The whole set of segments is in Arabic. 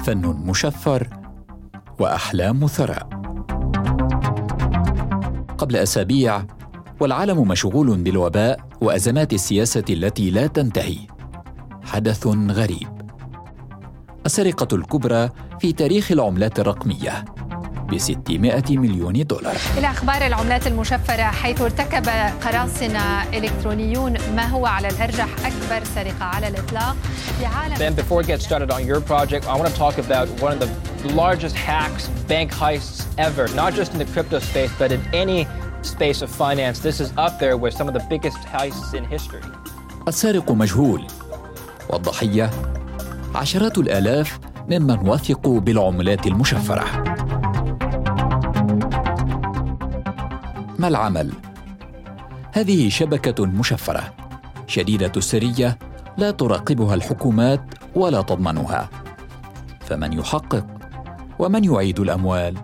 فن مشفر وأحلام ثراء. قبل أسابيع والعالم مشغول بالوباء وأزمات السياسة التي لا تنتهي، حدث غريب: السرقة الكبرى في تاريخ العملات الرقمية ب$600 مليون. إلى أخبار العملات المشفرة، حيث ارتكب قراصنة إلكترونيون ما هو على الأرجح أكبر سرقة على الإطلاق في عالم. Then before we get started on your project, I want to talk about one of the largest hacks, bank heists ever, not just in the crypto space, but in any space of finance. This is up there with some of the biggest heists in history. السارق مجهول، والضحية عشرات الآلاف ممن وثقوا بالعملات المشفرة. ما العمل؟ هذه شبكة مشفرة شديدة السرية لا تراقبها الحكومات ولا تضمنها، فمن يحقق ومن يعيد الأموال؟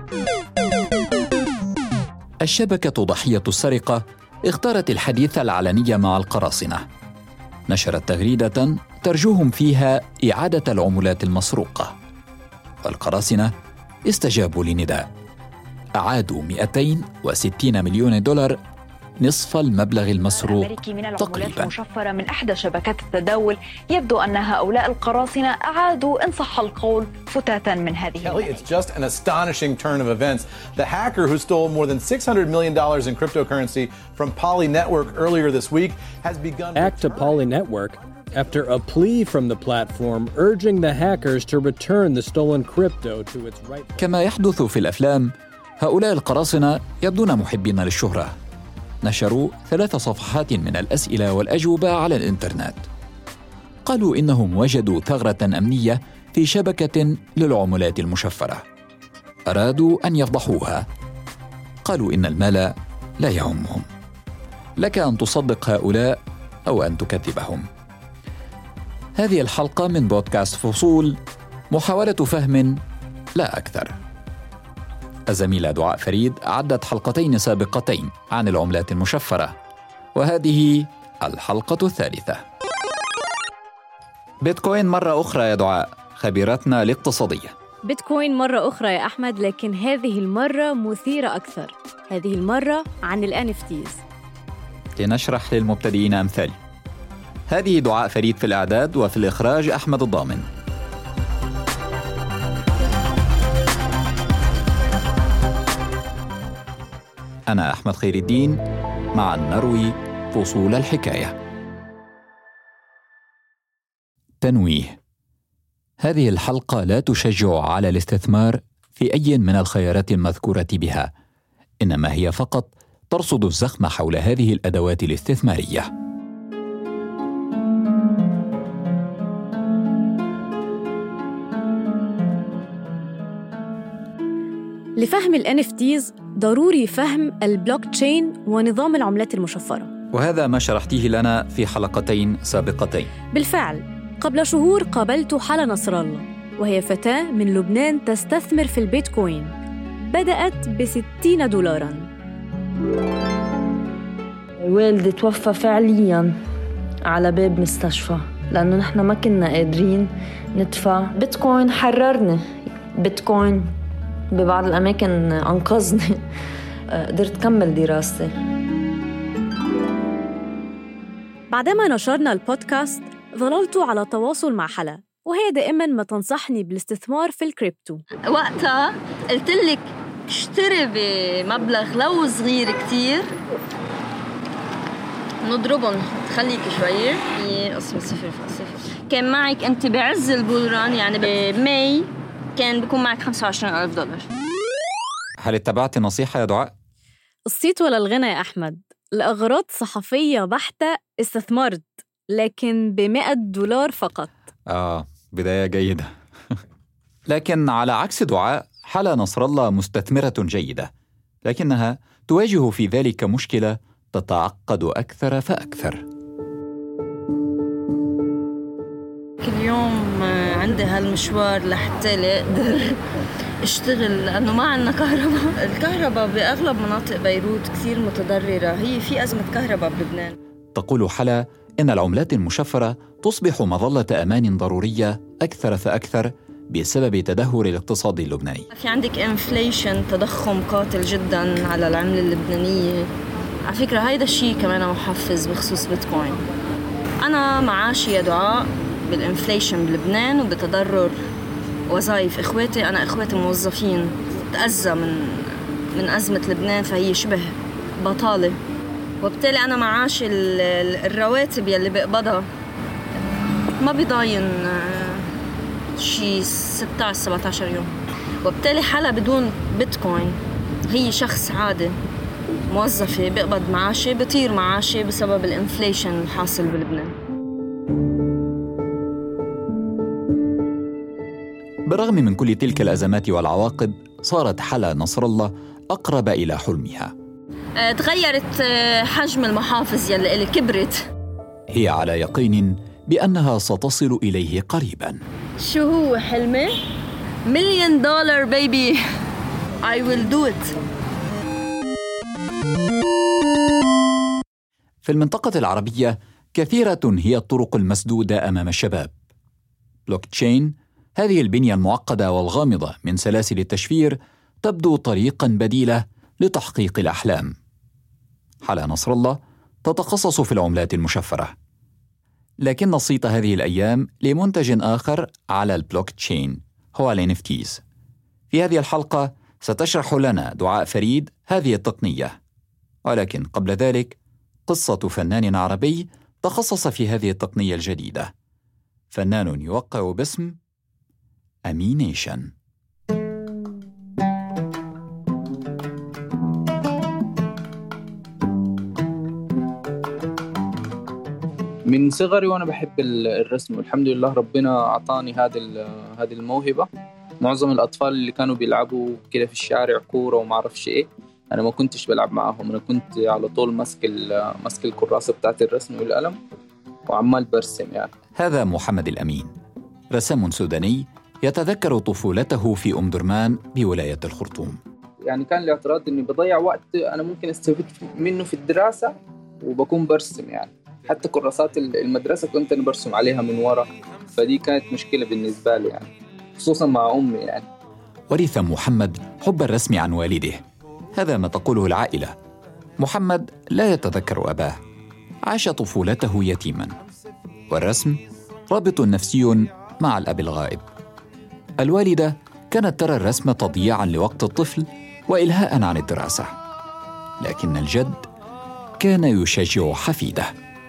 الشبكة ضحية السرقة اختارت الحديث العلني مع القراصنة، نشرت تغريدة ترجوهم فيها إعادة العملات المسروقة، والقراصنة استجابوا لنداء، أعادوا $260 مليون، نصف المبلغ المسروق تقريباً. المشفرة من إحدى شبكات التداول. يبدو أن هؤلاء القراصنة أعادوا إن صح القول فتاة من هذه. It's just an astonishing turn of events. The hacker who stole more than $600 million in cryptocurrency from Poly Network earlier this week has begun back to Poly Network after a plea from the platform urging the hackers to return the stolen crypto to its right. كما يحدث في الأفلام، هؤلاء القراصنة يبدون محبين للشهرة. نشروا 3 صفحات من الأسئلة والأجوبة على الإنترنت. قالوا إنهم وجدوا ثغرة أمنية في شبكة للعملات المشفرة، أرادوا أن يفضحوها. قالوا إن المال لا يهمهم، لك أن تصدق هؤلاء أو أن تكذبهم. هذه الحلقة من بودكاست فصول، محاولة فهم لا أكثر. الزميلة دعاء فريد أعدت حلقتين سابقتين عن العملات المشفرة، وهذه الحلقة الثالثة. بيتكوين مرة أخرى يا دعاء، خبيرتنا الاقتصادية. بيتكوين مرة أخرى يا أحمد، لكن هذه المرة مثيرة أكثر. هذه المرة عن الNFTs. لنشرح للمبتدئين أمثالي. هذه دعاء فريد في الإعداد، وفي الإخراج أحمد الضامن. أنا أحمد خير الدين، معا نروي فصول الحكاية. تنويه: هذه الحلقة لا تشجع على الاستثمار في أي من الخيارات المذكورة بها، إنما هي فقط ترصد الزخم حول هذه الأدوات الاستثمارية. لفهم الNFTs ضروري فهم البلوك تشين ونظام العملات المشفرة، وهذا ما شرحتيه لنا في حلقتين سابقتين. بالفعل، قبل شهور قابلت حلا نصر الله، وهي فتاة من لبنان تستثمر في البيتكوين. بدأت $60. والدي توفى فعلياً على باب مستشفى لأنه نحن ما كنا قادرين ندفع. بيتكوين حررني، بيتكوين ببعض الأماكن أنقذني. قدرت كمل دراستي. بعدما نشرنا البودكاست ظللت على تواصل مع حلا، وهي دائما ما تنصحني بالاستثمار في الكريبتو. وقتها قلت لك اشتري بمبلغ لو صغير كتير، نضربهم خليكي شوية قسم 0.0. كان معك أنت بعز البولران، يعني بماي كان بيكون معك $25,000. هل اتبعت النصيحة يا دعاء؟ الصيت ولا الغنى يا أحمد. لأغراض صحفية بحتة استثمرت، لكن $100 فقط. بداية جيدة. لكن على عكس دعاء، حلا نصر الله مستثمرة جيدة، لكنها تواجه في ذلك مشكلة تتعقد أكثر فأكثر. كل يوم عندي هالمشوار لحتى لا أقدر اشتغل، لأنه ما عندنا كهرباء. الكهرباء بأغلب مناطق بيروت كثير متضررة، هي في أزمة كهرباء بلبنان. تقول حلا إن العملات المشفرة تصبح مظلة أمان ضرورية أكثر فأكثر بسبب تدهور الاقتصاد اللبناني. في عندك انفليشن، تضخم قاتل جدا على العملة اللبنانية. على فكرة هيدا الشيء كمان محفز بخصوص بيتكوين. أنا معاشي يا دعاء بالانفليشن بلبنان وبتضرر وظائف إخواتي. أنا إخواتي موظفين، تأذى من أزمة لبنان، فهي شبه بطالة، وبالتالي أنا معاشي الرواتب يلي بقبضها ما بيضاين شي 16-17 يوم. وبالتالي حالة بدون بيتكوين هي شخص عادي موظفة بقبض معاشي، بطير معاشي بسبب الانفليشن الحاصل بلبنان. بالرغم من كل تلك الأزمات والعواقب، صارت حلا نصر الله أقرب إلى حلمها. تغيرت حجم المحافظ يلي كبرت. هي على يقين بأنها ستصل إليه قريباً. شو هو حلمي؟ $1,000,000 baby. I will do it. في المنطقة العربية كثيرة هي الطرق المسدودة أمام الشباب. بلوك تشين، هذه البنية المعقدة والغامضة من سلاسل التشفير، تبدو طريقاً بديلة لتحقيق الأحلام. حلا نصر الله تتخصص في العملات المشفرة، لكن صيت هذه الأيام لمنتج آخر على البلوك تشين هو الNFTs. في هذه الحلقة ستشرح لنا دعاء فريد هذه التقنية، ولكن قبل ذلك قصة فنان عربي تخصص في هذه التقنية الجديدة، فنان يوقع باسم أمينيشن. من صغري وأنا بحب الرسم، والحمد لله ربنا أعطاني هذه الموهبة. معظم الأطفال اللي كانوا بيلعبوا كده في الشارع كورة وما أعرفش إيه، أنا ما كنتش بلعب معهم، أنا كنت على طول ماسك الكراسة بتاعت الرسم والقلم وعمال برسم يعني. هذا محمد الأمين، رسام سوداني يتذكر طفولته في أم درمان بولاية الخرطوم. يعني كان الاعتراض إني بضيع وقت أنا ممكن أستفيد منه في الدراسة وبكون برسم يعني. حتى كراسات المدرسة كنت أنا برسم عليها من وراء، فدي كانت مشكلة بالنسبة لي يعني، خصوصا مع أمي يعني. ورث محمد حب الرسم عن والده، هذا ما تقوله العائلة. محمد لا يتذكر أباه، عاش طفولته يتيما، والرسم رابط نفسي مع الأب الغائب. الوالدة كانت ترى الرسم تضييعا لوقت الطفل وإلهاء عن الدراسة، لكن الجد كان يشجع حفيده.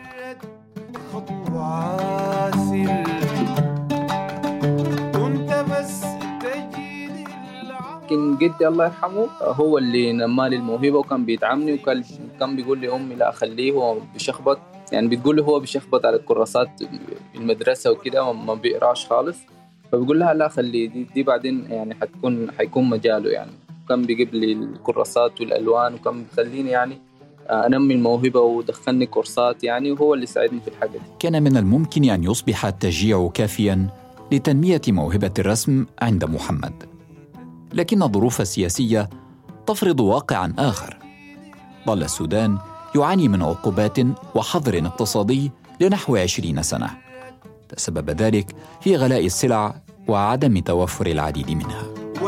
لكن جدي الله يرحمه هو اللي نمالي الموهبة، وكان بيدعمني، وكان بيقول لي أمي لا خليه هو بيشخبط، يعني بتقول له هو بيشخبط على الكراسات المدرسة وكده وما بيقراش خالص، فبيقول لها لا خليه، دي بعدين يعني حيكون مجاله يعني. كان بيجيب لي الكراسات والألوان، وكان بيخليني يعني أنمي الموهبة ودخلني كورسات يعني، وهو اللي ساعدني في الحاجة دي. كان من الممكن أن يصبح التشجيع كافياً لتنمية موهبة الرسم عند محمد، لكن الظروف السياسية تفرض واقعاً آخر. ظل السودان يعاني من عقوبات وحظر اقتصادي لنحو 20 سنة، تسبب ذلك في غلاء السلع وعدم توفر العديد منها.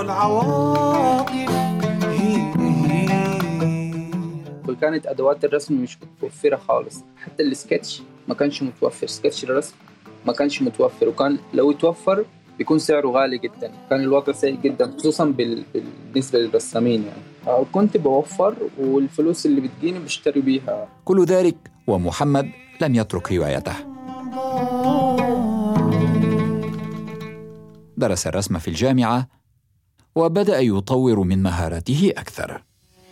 وكانت أدوات الرسم مش متوفرة خالص، حتى السكتش ما كانش متوفر، سكتش الرسم ما كانش متوفر، وكان لو يتوفر بيكون سعره غالي جدا. كان الوضع سيء جدا خصوصا بالنسبة للرسامين يعني. كنت بوفر والفلوس اللي بتجيني بشتري بيها. كل ذلك ومحمد لم يترك هوايته، درس الرسم في الجامعة وبدأ يطور من مهاراته أكثر.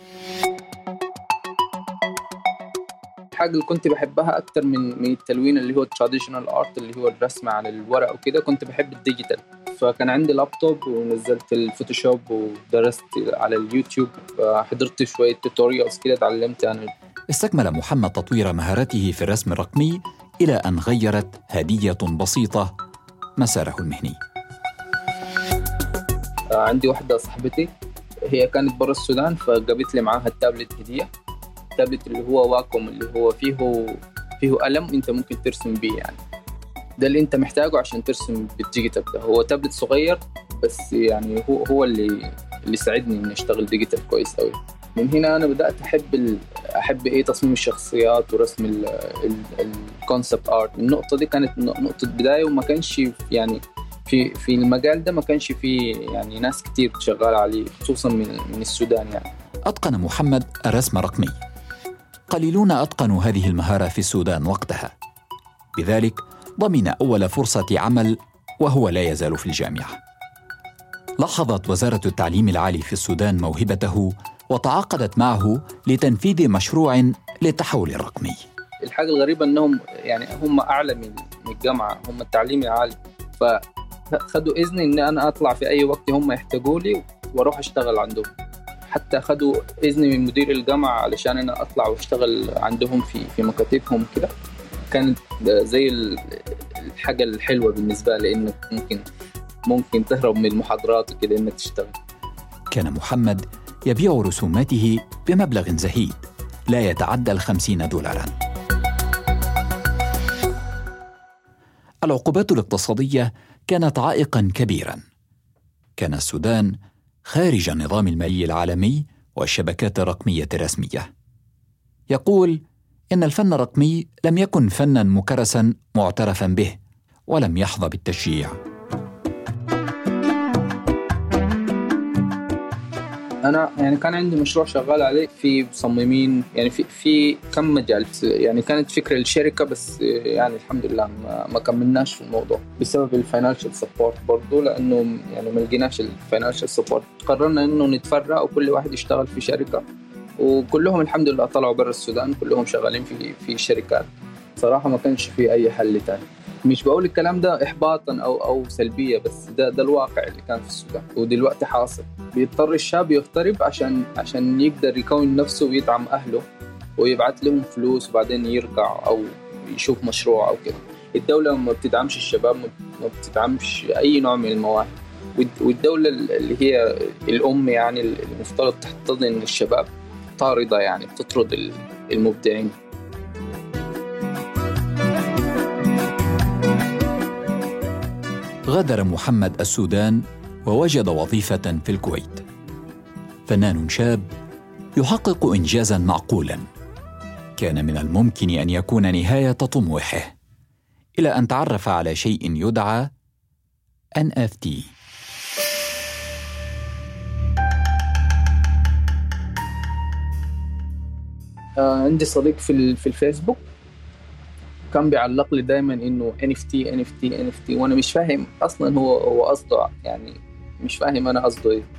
الحاجة اللي كنت بحبها أكتر من التلوين اللي هو التراديشنال آرت اللي هو الرسم على الورق وكده، كنت بحب الديجيتال. فكان عندي لابتوب ونزلت الفوتوشوب ودرست على اليوتيوب، حضرت شوية توتوريالز كده اتعلمت يعني. استكمل محمد تطوير مهاراته في الرسم الرقمي إلى أن غيرت هدية بسيطة مساره المهني. عندي واحدة صاحبتي هي كانت برا السودان، فجابت لي معاها التابلت هدية، التابلت اللي هو واكوم اللي هو فيه قلم انت ممكن ترسم بيه يعني. ده اللي انت محتاجه عشان ترسم بالديجيتال. ده هو تابلت صغير بس يعني هو اللي ساعدني اني اشتغل ديجيتال كويس قوي. من هنا انا بدات احب ايه تصميم الشخصيات ورسم الكونسبت ارت. النقطه دي كانت نقطه بدايه، وما كانش يعني في المجال ده ما كانش في يعني ناس كتير شغاله عليه، خصوصا من السودان. يعني اتقن محمد الرسم الرقمي، قليلون اتقنوا هذه المهاره في السودان وقتها، بذلك ضمن اول فرصه عمل وهو لا يزال في الجامعه. لاحظت وزاره التعليم العالي في السودان موهبته وتعاقدت معه لتنفيذ مشروع للتحول الرقمي. الحاجة الغريبة أنهم يعني هم أعلى من الجامعة، هم التعليم العالي، فخدوا إذن أن أنا أطلع في أي وقت هم يحتاجوا لي وأروح أشتغل عندهم. حتى خدوا إذن من مدير الجامعة علشان أنا أطلع وأشتغل عندهم في مكاتبهم كده. كانت زي الحاجة الحلوة بالنسبة لي، إنك ممكن تهرب من المحاضرات وكده إنك تشتغل. كان محمد يبيع رسوماته بمبلغ زهيد لا يتعدى $50. العقوبات الاقتصادية كانت عائقاً كبيراً. كان السودان خارج النظام المالي العالمي والشبكات الرقمية الرسمية. يقول إن الفن الرقمي لم يكن فناً مكرساً معترفاً به ولم يحظى بالتشجيع. أنا يعني كان عندي مشروع شغال عليه في مصممين، يعني في كم مجال. يعني كانت فكرة الشركة بس يعني الحمد لله ما كملناش في الموضوع بسبب الفاينانشال سبورت برضو، لأنه يعني ما لقيناش الفاينانشال سبورت. قررنا إنه نتفرع وكل واحد يشتغل في شركة، وكلهم الحمد لله طلعوا برا السودان، كلهم شغالين في شركات. صراحة ما كانش في أي حل تاني. مش بقول الكلام ده إحباطاً أو سلبية، بس ده الواقع اللي كان في السودان ودلوقتي حاصل. بيضطر الشاب يغترب عشان يقدر يكون نفسه ويدعم أهله ويبعث لهم فلوس وبعدين يرجع أو يشوف مشروع أو كده. الدولة ما بتدعمش الشباب، ما بتدعمش أي نوع من المواهب، والدولة اللي هي الأم يعني المفترض تحتضن الشباب طاردة، يعني بتطرد المبدعين. غادر محمد السودان ووجد وظيفة في الكويت. فنان شاب يحقق إنجازاً معقولاً كان من الممكن أن يكون نهاية طموحه، إلى أن تعرف على شيء يدعى NFT. عندي صديق في الفيسبوك كان بيعلق لي دائما انه NFT وانا مش فاهم اصلا هو قصده، يعني مش فاهم انا قصده ايه.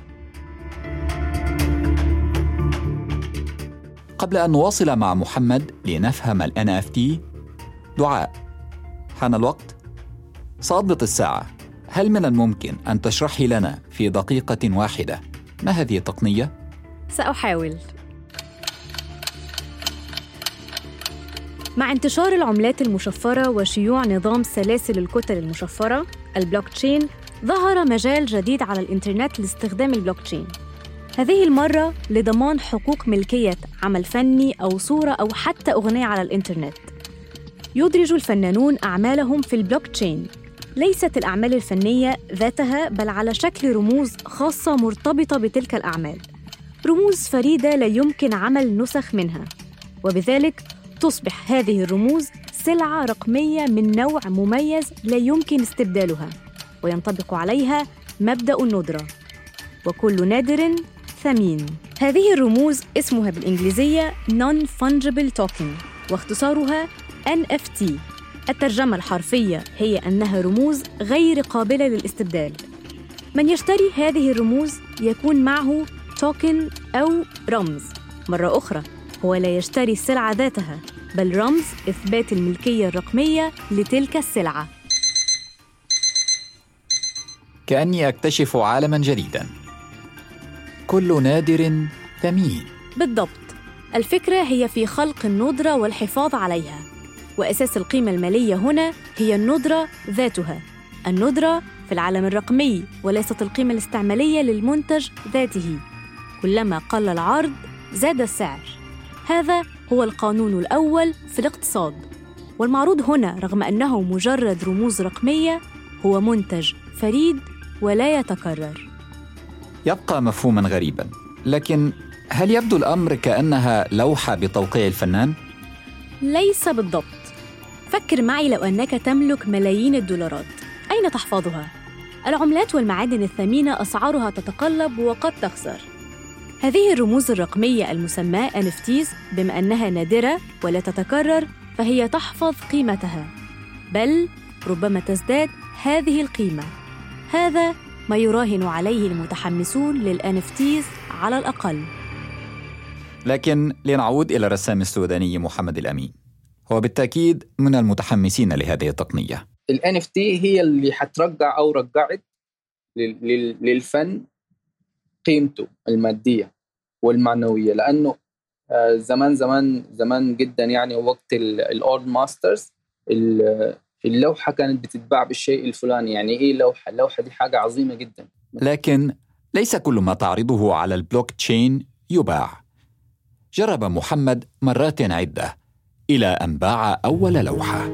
قبل ان نواصل مع محمد لنفهم ال NFT، دعاء، حان الوقت. سأضبط الساعة. هل من الممكن ان تشرحي لنا في دقيقة واحدة ما هذه التقنية؟ سأحاول. مع انتشار العملات المشفرة وشيوع نظام سلاسل الكتل المشفرة البلوكتشين، ظهر مجال جديد على الإنترنت لاستخدام البلوكتشين، هذه المرة لضمان حقوق ملكية عمل فني أو صورة أو حتى أغنية على الإنترنت. يدرج الفنانون أعمالهم في البلوكتشين، ليست الأعمال الفنية ذاتها بل على شكل رموز خاصة مرتبطة بتلك الأعمال، رموز فريدة لا يمكن عمل نسخ منها، وبذلك تصبح هذه الرموز سلعة رقمية من نوع مميز لا يمكن استبدالها، وينطبق عليها مبدأ الندرة، وكل نادر ثمين. هذه الرموز اسمها بالإنجليزية Non-Fungible Token، واختصارها NFT. الترجمة الحرفية هي أنها رموز غير قابلة للاستبدال. من يشتري هذه الرموز يكون معه توكن أو رمز. مرة أخرى، هو لا يشتري السلعة ذاتها، بل رمز إثبات الملكية الرقمية لتلك السلعة. كأني أكتشف عالماً جديداً. كل نادر ثمين. بالضبط. الفكرة هي في خلق الندرة والحفاظ عليها، وأساس القيمة المالية هنا هي الندرة ذاتها. الندرة في العالم الرقمي وليست القيمة الاستعمالية للمنتج ذاته. كلما قل العرض زاد السعر. هذا هو القانون الأول في الاقتصاد، والمعروض هنا رغم أنه مجرد رموز رقمية هو منتج فريد ولا يتكرر. يبقى مفهوماً غريباً، لكن هل يبدو الأمر كأنها لوحة بتوقيع الفنان؟ ليس بالضبط. فكر معي لو أنك تملك ملايين الدولارات، أين تحفظها؟ العملات والمعادن الثمينة أسعارها تتقلب وقد تخسر. هذه الرموز الرقمية المسماة NFTs بما أنها نادرة ولا تتكرر فهي تحفظ قيمتها، بل ربما تزداد هذه القيمة. هذا ما يراهن عليه المتحمسون للNFTs على الأقل. لكن لنعود إلى الرسام السوداني محمد الأمين، هو بالتأكيد من المتحمسين لهذه التقنية. NFT هي اللي حترجع أو رجعت للفن قيمته المادية والمعنوية، لأنه زمان جدا يعني وقت الأولد ماسترز اللوحة كانت بتتباع بالشيء الفلاني. يعني إيه لوحة؟ اللوحة دي حاجة عظيمة جدا. لكن ليس كل ما تعرضه على البلوك تشين يباع. جرب محمد مرات عدة إلى أن باع أول لوحة.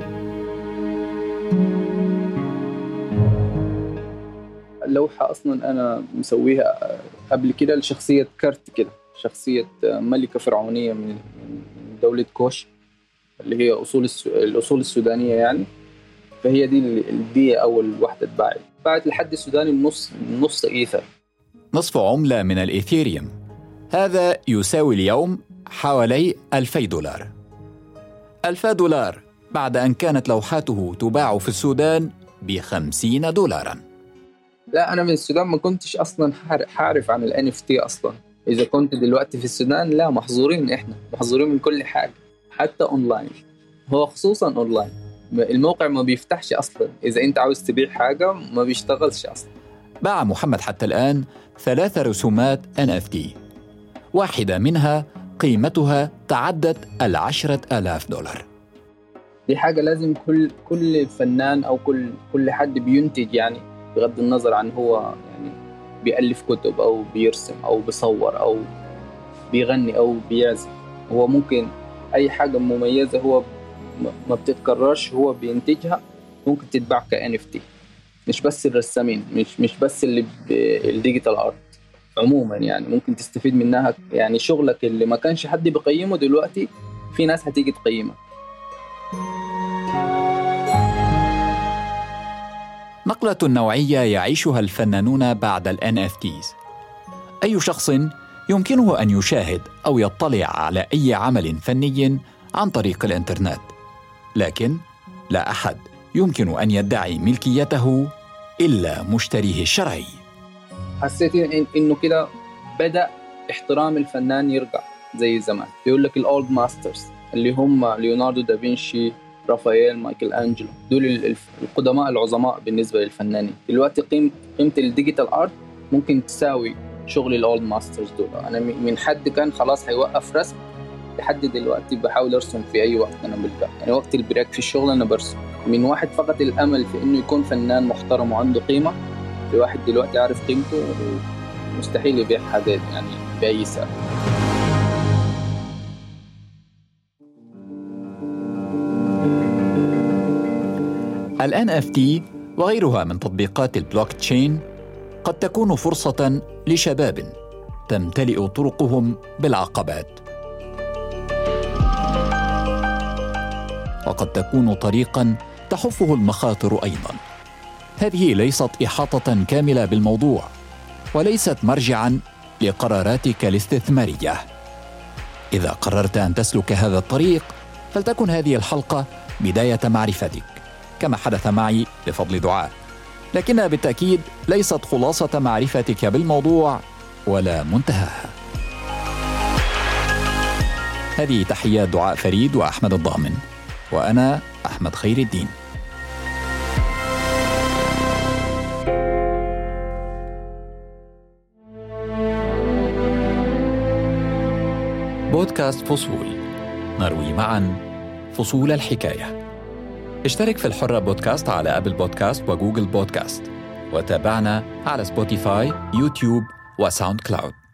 اللوحة أصلاً أنا مسويها قبل كده لشخصية كارت كده، شخصية ملكة فرعونية من دولة كوش اللي هي الأصول السودانية يعني. فهي دي أول واحدة اتباعت لحد السوداني نص إيثر، نصف عملة من الإيثيريوم. هذا يساوي اليوم حوالي $2000. $1000 بعد أن كانت لوحاته تباع في السودان $50. لا، أنا من السودان ما كنتش أصلاً حارف عن NFT أصلاً. إذا كنت دلوقتي في السودان لا، محظورين، إحنا محظورين من كل حاجة حتى أونلاين. هو خصوصاً أونلاين الموقع ما بيفتحش أصلاً. إذا أنت عاوز تبيع حاجة ما بيشتغلش أصلاً. باع محمد حتى الآن 3 رسومات NFT، واحدة منها قيمتها تعدت $10,000. دي حاجة لازم كل فنان أو كل حد بينتج، يعني بغض النظر عن هو يعني بيألف كتب أو بيرسم أو بيصور أو بيغني أو بيعزف، هو ممكن أي حاجة مميزة هو ما بتتكررش هو بينتجها ممكن تتباع كNFT. مش بس الرسامين، مش بس اللي الديجيتال آرت، عموما يعني ممكن تستفيد منها. يعني شغلك اللي ما كانش حد بيقيمه دلوقتي في ناس هتيجي تقيمه. نقلة نوعية يعيشها الفنانون بعد الNFTs. أي شخص يمكنه أن يشاهد أو يطلع على أي عمل فني عن طريق الإنترنت، لكن لا أحد يمكن أن يدعي ملكيته إلا مشتريه الشرعي. حسيت إنه كده بدأ احترام الفنان يرجع زي زمان. يقول لك الأولد ماسترز اللي هم ليوناردو دافنشي، رافائيل، مايكل أنجلو، دول القدماء العظماء بالنسبة للفنانين. دلوقتي قيمة الديجيتال آرت ممكن تساوي شغل الأولد ماسترز دول. أنا من حد كان خلاص هيوقف رسم لحد دلوقتي بحاول أرسم في أي وقت أنا بلقى، يعني وقت البريك في الشغل أنا برسم. من واحد فقط الأمل في إنه يكون فنان محترم وعنده قيمة، لواحد دلوقتي عارف قيمته مستحيل يبيع حاجات يعني بأي سعر. الNFT وغيرها من تطبيقات البلوك تشين قد تكون فرصة لشباب تمتلئ طرقهم بالعقبات، وقد تكون طريقاً تحفه المخاطر أيضاً. هذه ليست إحاطة كاملة بالموضوع، وليست مرجعاً لقراراتك الاستثمارية. إذا قررت أن تسلك هذا الطريق فلتكن هذه الحلقة بداية معرفتك، كما حدث معي بفضل دعاء، لكنها بالتأكيد ليست خلاصة معرفتك بالموضوع ولا منتهاها. هذه تحيات دعاء فريد وأحمد الضامن، وأنا أحمد خير الدين. بودكاست فصول، نروي معا فصول الحكاية. اشترك في الحرة بودكاست على أبل بودكاست وجوجل بودكاست، وتابعنا على سبوتيفاي، يوتيوب وساوند كلاود.